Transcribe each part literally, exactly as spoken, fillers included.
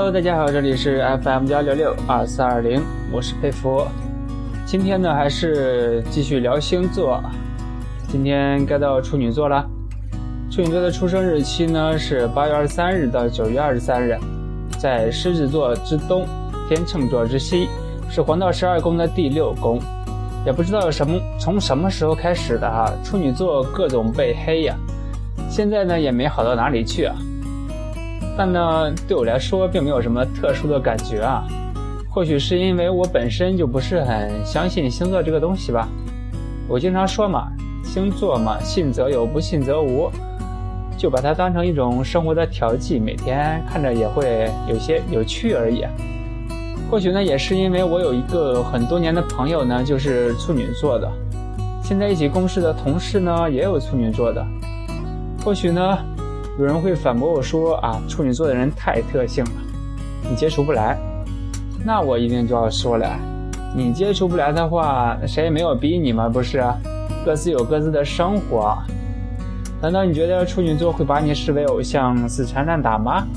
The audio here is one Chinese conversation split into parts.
Hello， 大家好，这里是 F M 幺六六二四二零，我是佩服。今天呢，还是继续聊星座。今天该到处女座了。处女座的出生日期呢是八月二十三日到九月二十三日，在狮子座之东，天秤座之西，是黄道十二宫的第六宫。也不知道什么从什么时候开始的哈，处女座各种被黑呀，现在呢也没好到哪里去啊。但呢，对我来说并没有什么特殊的感觉啊。或许是因为我本身就不是很相信星座这个东西吧。我经常说嘛，星座嘛，信则有，不信则无，就把它当成一种生活的调剂，每天看着也会有些有趣而已。或许呢，也是因为我有一个很多年的朋友呢，就是处女座的。现在一起共事的同事呢，也有处女座的。或许呢，有人会反驳我说啊，处女座的人太特性了，你接触不来。那我一定就要说了，你接触不来的话，谁也没有逼你嘛，不是啊？各自有各自的生活。难道你觉得处女座会把你视为偶像，死缠烂打吗？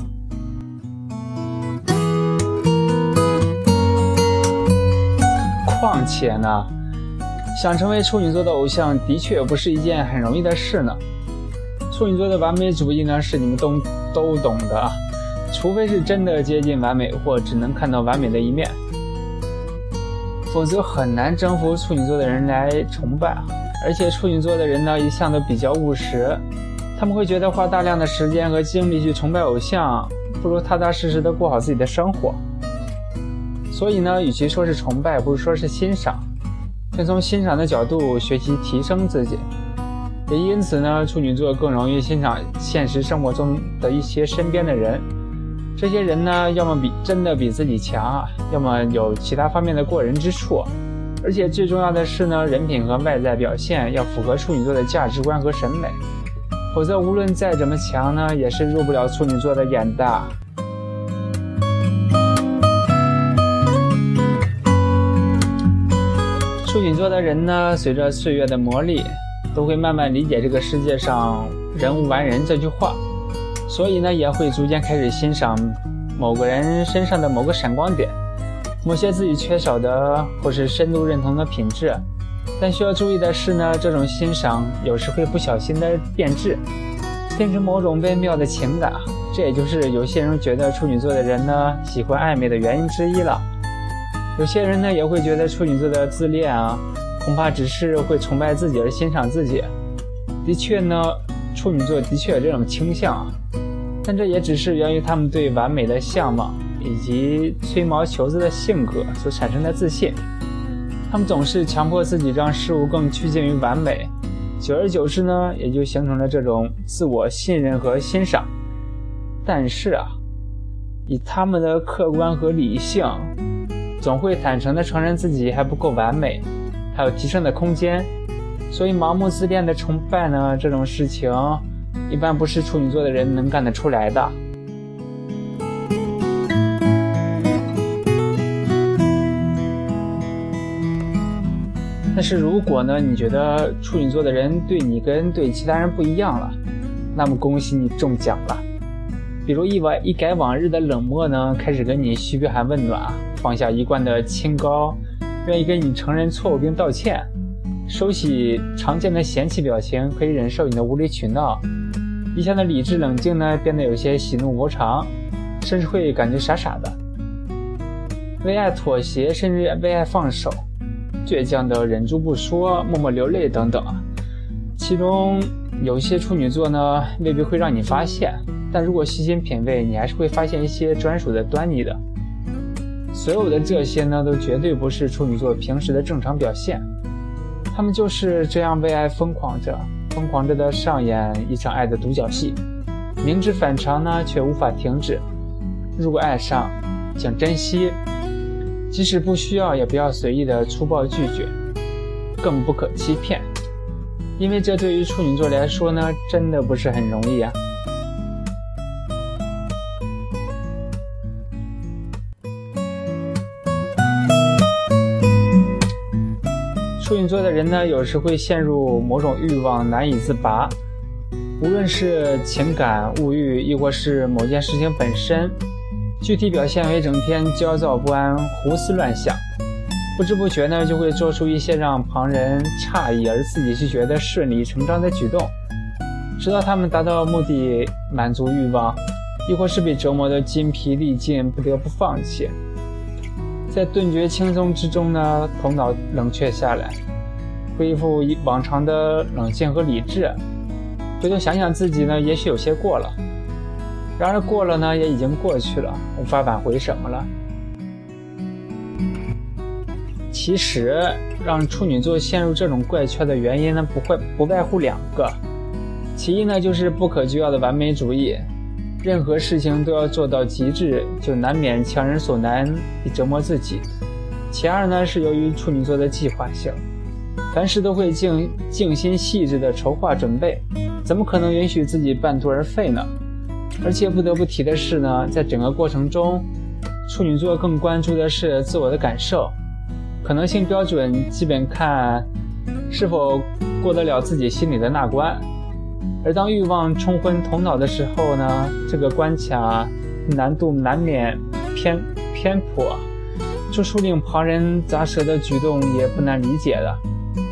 况且呢，想成为处女座的偶像，的确不是一件很容易的事呢。处女座的完美主义呢，是你们都都懂的，除非是真的接近完美，或只能看到完美的一面，否则很难征服处女座的人来崇拜。而且处女座的人呢，一向都比较务实，他们会觉得花大量的时间和精力去崇拜偶像，不如踏踏实实的过好自己的生活。所以呢，与其说是崇拜，不如说是欣赏，先从欣赏的角度学习提升自己。也因此呢，处女座更容易欣赏现实生活中的一些身边的人。这些人呢，要么比真的比自己强，要么有其他方面的过人之处。而且最重要的是呢，人品和外在表现要符合处女座的价值观和审美，否则无论再怎么强呢，也是入不了处女座的眼的。处女座的人呢，随着岁月的磨砺，都会慢慢理解这个世界上人无完人这句话，所以呢，也会逐渐开始欣赏某个人身上的某个闪光点，某些自己缺少的或是深度认同的品质。但需要注意的是呢，这种欣赏有时会不小心的变质，变成某种微妙的情感，这也就是有些人觉得处女座的人呢喜欢暧昧的原因之一了。有些人呢也会觉得处女座的自恋啊，恐怕只是会崇拜自己而欣赏自己。的确呢，处女座的确有这种倾向啊，但这也只是源于他们对完美的向往以及吹毛求疵的性格所产生的自信。他们总是强迫自己让事物更趋近于完美，久而久之呢，也就形成了这种自我信任和欣赏。但是啊，以他们的客观和理性，总会坦诚地承认自己还不够完美，还有提升的空间。所以盲目自恋的崇拜呢，这种事情一般不是处女座的人能干得出来的。但是如果呢，你觉得处女座的人对你跟对其他人不一样了，那么恭喜你中奖了。比如一往一改往日的冷漠呢，开始跟你嘘寒问暖，放下一贯的清高，愿意跟你承认错误并道歉，收起常见的嫌弃表情，可以忍受你的无理取闹。一向的理智冷静呢，变得有些喜怒无常，甚至会感觉傻傻的，为爱妥协，甚至为爱放手，倔强的忍住不说，默默流泪等等。其中有一些处女座呢，未必会让你发现，但如果细心品味，你还是会发现一些专属的端倪的。所有的这些呢，都绝对不是处女座平时的正常表现，他们就是这样为爱疯狂着，疯狂着的上演一场爱的独角戏，明知反常呢，却无法停止。如果爱上，请珍惜，即使不需要，也不要随意的粗暴拒绝，更不可欺骗，因为这对于处女座来说呢，真的不是很容易啊。处女座的人呢，有时会陷入某种欲望难以自拔，无论是情感、物欲，亦或是某件事情本身， 具体表现为整天焦躁不安、胡思乱想，不知不觉呢就会做出一些让旁人诧异而自己却觉得顺理成章的举动，直到他们达到目的，满足欲望，亦或是被折磨得筋疲力尽，不得不放弃。在顿觉轻松之中呢，头脑冷却下来，恢复往常的冷静和理智。回头想想自己呢，也许有些过了，然而过了呢，也已经过去了，无法挽回什么了。其实让处女座陷入这种怪圈的原因呢，不会不外乎两个。其一呢，就是不可救药的完美主义，任何事情都要做到极致，就难免强人所难，以折磨自己。其二呢，是由于处女座的计划性，凡事都会静静心细致的筹划准备，怎么可能允许自己半途而废呢？而且不得不提的是呢，在整个过程中，处女座更关注的是自我的感受，可能性标准基本看是否过得了自己心里的那关。而当欲望冲昏头脑的时候呢，这个关卡难度难免偏偏颇，做出令旁人咂舌的举动也不难理解的。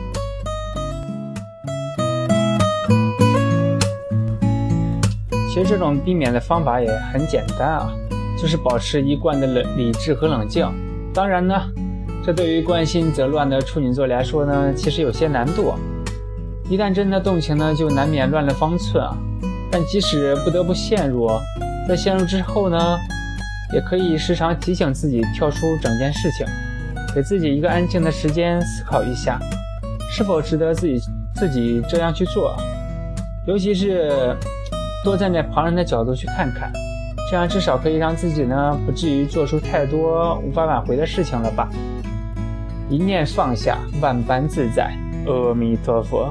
其实这种避免的方法也很简单啊，就是保持一贯的理智和冷静。当然呢，这对于关心则乱的处女座来说呢，其实有些难度。一旦真的动情呢，就难免乱了方寸啊。但即使不得不陷入，在陷入之后呢，也可以时常提醒自己跳出整件事情，给自己一个安静的时间思考一下，是否值得自己自己这样去做。尤其是多站在旁人的角度去看看，这样至少可以让自己呢不至于做出太多无法挽回的事情了吧。一念放下，万般自在。阿弥陀佛。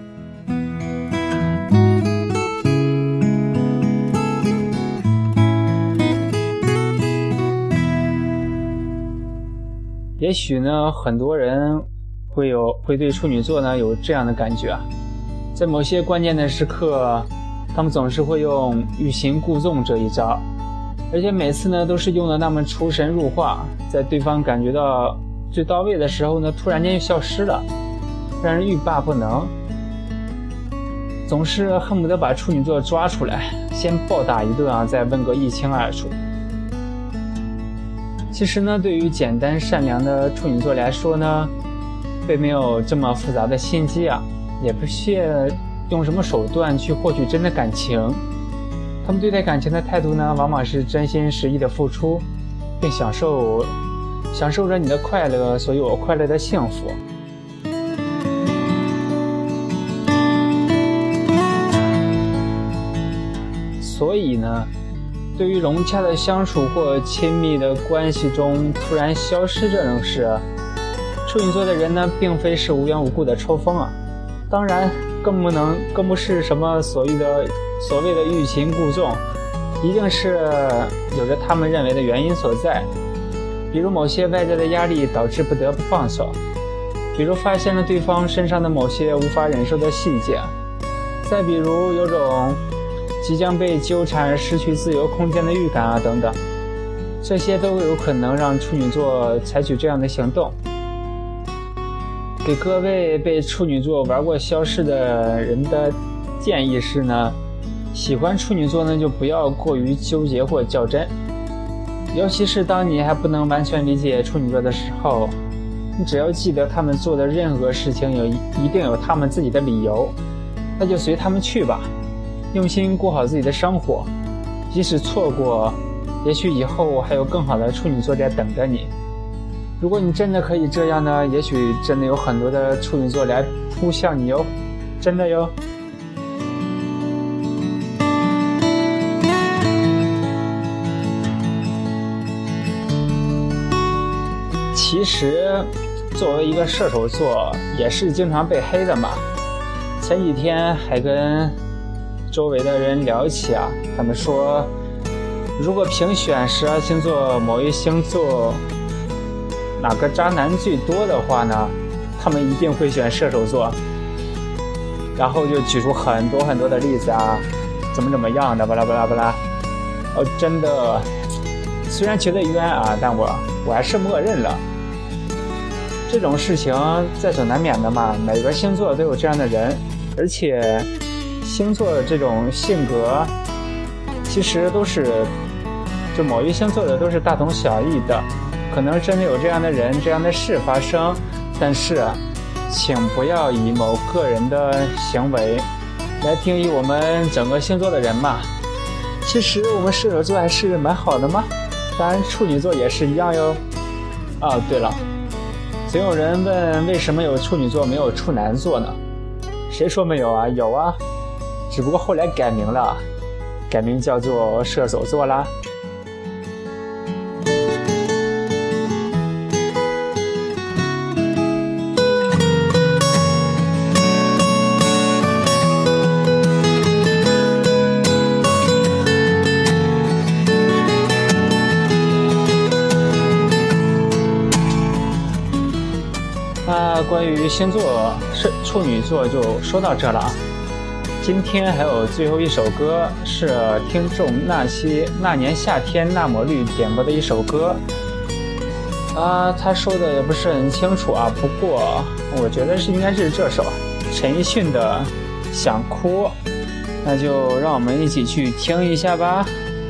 也许呢，很多人会有会对处女座呢有这样的感觉啊，在某些关键的时刻，他们总是会用欲擒故纵这一招，而且每次呢都是用的那么出神入化，在对方感觉到最到位的时候呢，突然间又消失了，让人欲罢不能，总是恨不得把处女座抓出来，先暴打一顿啊，再问个一清二楚。其实呢，对于简单善良的处女座来说呢，并没有这么复杂的心机啊，也不屑用什么手段去获取真的感情。他们对待感情的态度呢，往往是真心实意的付出，并享受享受着你的快乐，所以我快乐的幸福。所以呢，对于融洽的相处或亲密的关系中突然消失这种事，处女座的人呢，并非是无缘无故的抽风啊，当然更不能更不是什么所谓的所谓的欲擒故纵，一定是有着他们认为的原因所在，比如某些外在的压力导致不得不放手，比如发现了对方身上的某些无法忍受的细节，再比如有种即将被纠缠而失去自由空间的预感啊，等等，这些都有可能让处女座采取这样的行动。给各位被处女座玩过消失的人的建议是呢，喜欢处女座呢，就不要过于纠结或较真，尤其是当你还不能完全理解处女座的时候，你只要记得他们做的任何事情有一定有他们自己的理由，那就随他们去吧，用心过好自己的生活，即使错过，也许以后还有更好的处女座在等着你。如果你真的可以这样呢，也许真的有很多的处女座来扑向你哟，真的哟。其实作为一个射手座也是经常被黑的嘛，前几天还跟周围的人聊起啊，他们说如果评选十二星座某一星座哪个渣男最多的话呢，他们一定会选射手座，然后就举出很多很多的例子啊，怎么怎么样的巴拉巴拉巴拉。哦，真的虽然觉得冤啊，但我我还是默认了。这种事情在所难免的嘛，每个星座都有这样的人，而且星座这种性格其实都是就某一星座的都是大同小异的，可能真的有这样的人这样的事发生，但是请不要以某个人的行为来定义我们整个星座的人嘛。其实我们射手座还是蛮好的嘛，当然处女座也是一样哟。啊，对了，总有人问为什么有处女座没有处男座呢？谁说没有啊？有啊，只不过后来改名了，改名叫做射手座啦。那关于星座是处女座就说到这了啊。今天还有最后一首歌是听众那些那年夏天那抹绿点播的一首歌啊，他说的也不是很清楚啊，不过我觉得是应该是这首陈奕迅的想哭，那就让我们一起去听一下吧。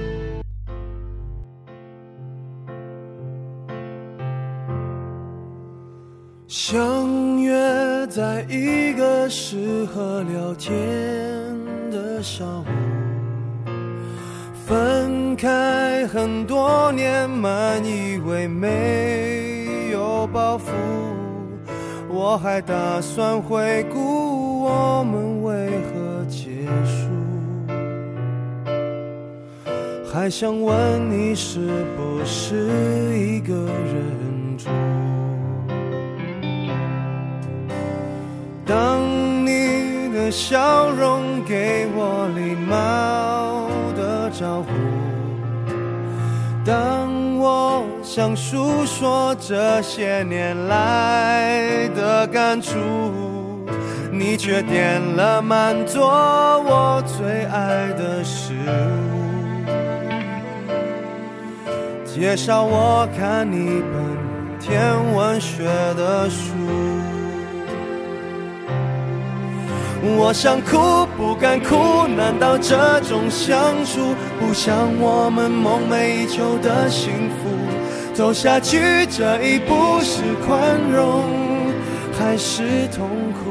相约在一个适合聊天的上午，分开很多年，满以为没有包袱，我还打算回顾我们为何结束，还想问你是不是一个人住。当你的笑容给我礼貌的招呼，当我想诉说这些年来的感触，你却点了满桌我最爱的食物，介绍我看一本天文学的书。我想哭不敢哭，难道这种相处不像我们梦寐以求的幸福？走下去这一步是宽容还是痛苦？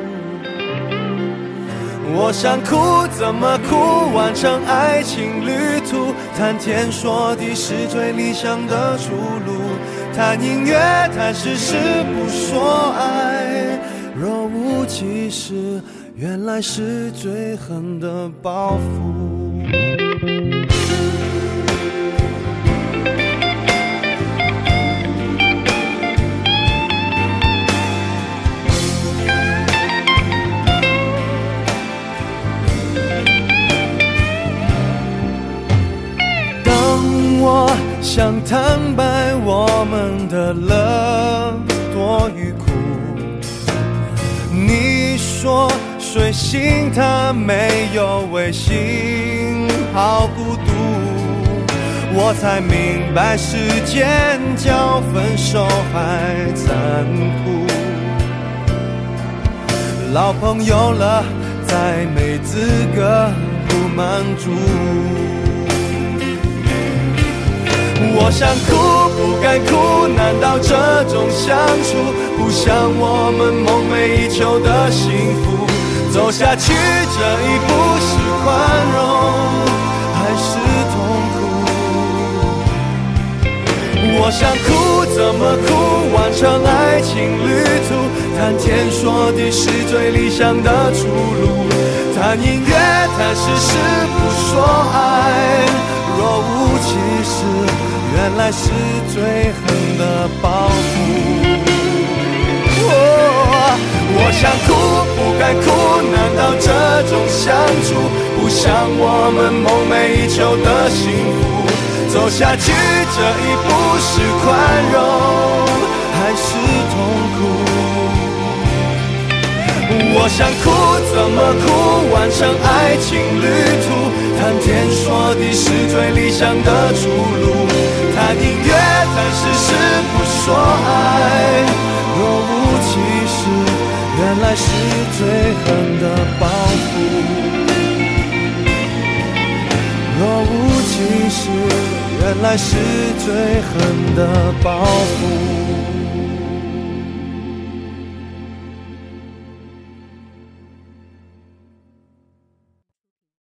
我想哭怎么哭，完成爱情旅途，谈天说地是最理想的出路，谈音乐谈事实不说爱，若无其事原来是最狠的报复。当我想坦白我们的乐多与苦，你说水星它没有卫星好孤独，我才明白时间较分手还残酷，老朋友了再没资格不满足。我想哭不敢哭，难道这种相处不像我们梦寐以求的幸福？走下去这一步是宽容还是痛苦？我想哭怎么哭，完成爱情旅途，谈天说地是最理想的出路，谈音乐谈事实不说爱，若无其事原来是最狠的报复。我想哭不敢哭，难道这种相处不像我们梦寐以求的幸福？走下去这一步是宽容还是痛苦？我想哭怎么哭， 完成爱情旅途，谈天说地是最理想的出路，谈音乐谈事实不说爱，若无其事原来是最狠的报复，若无其事原来是最狠的报复。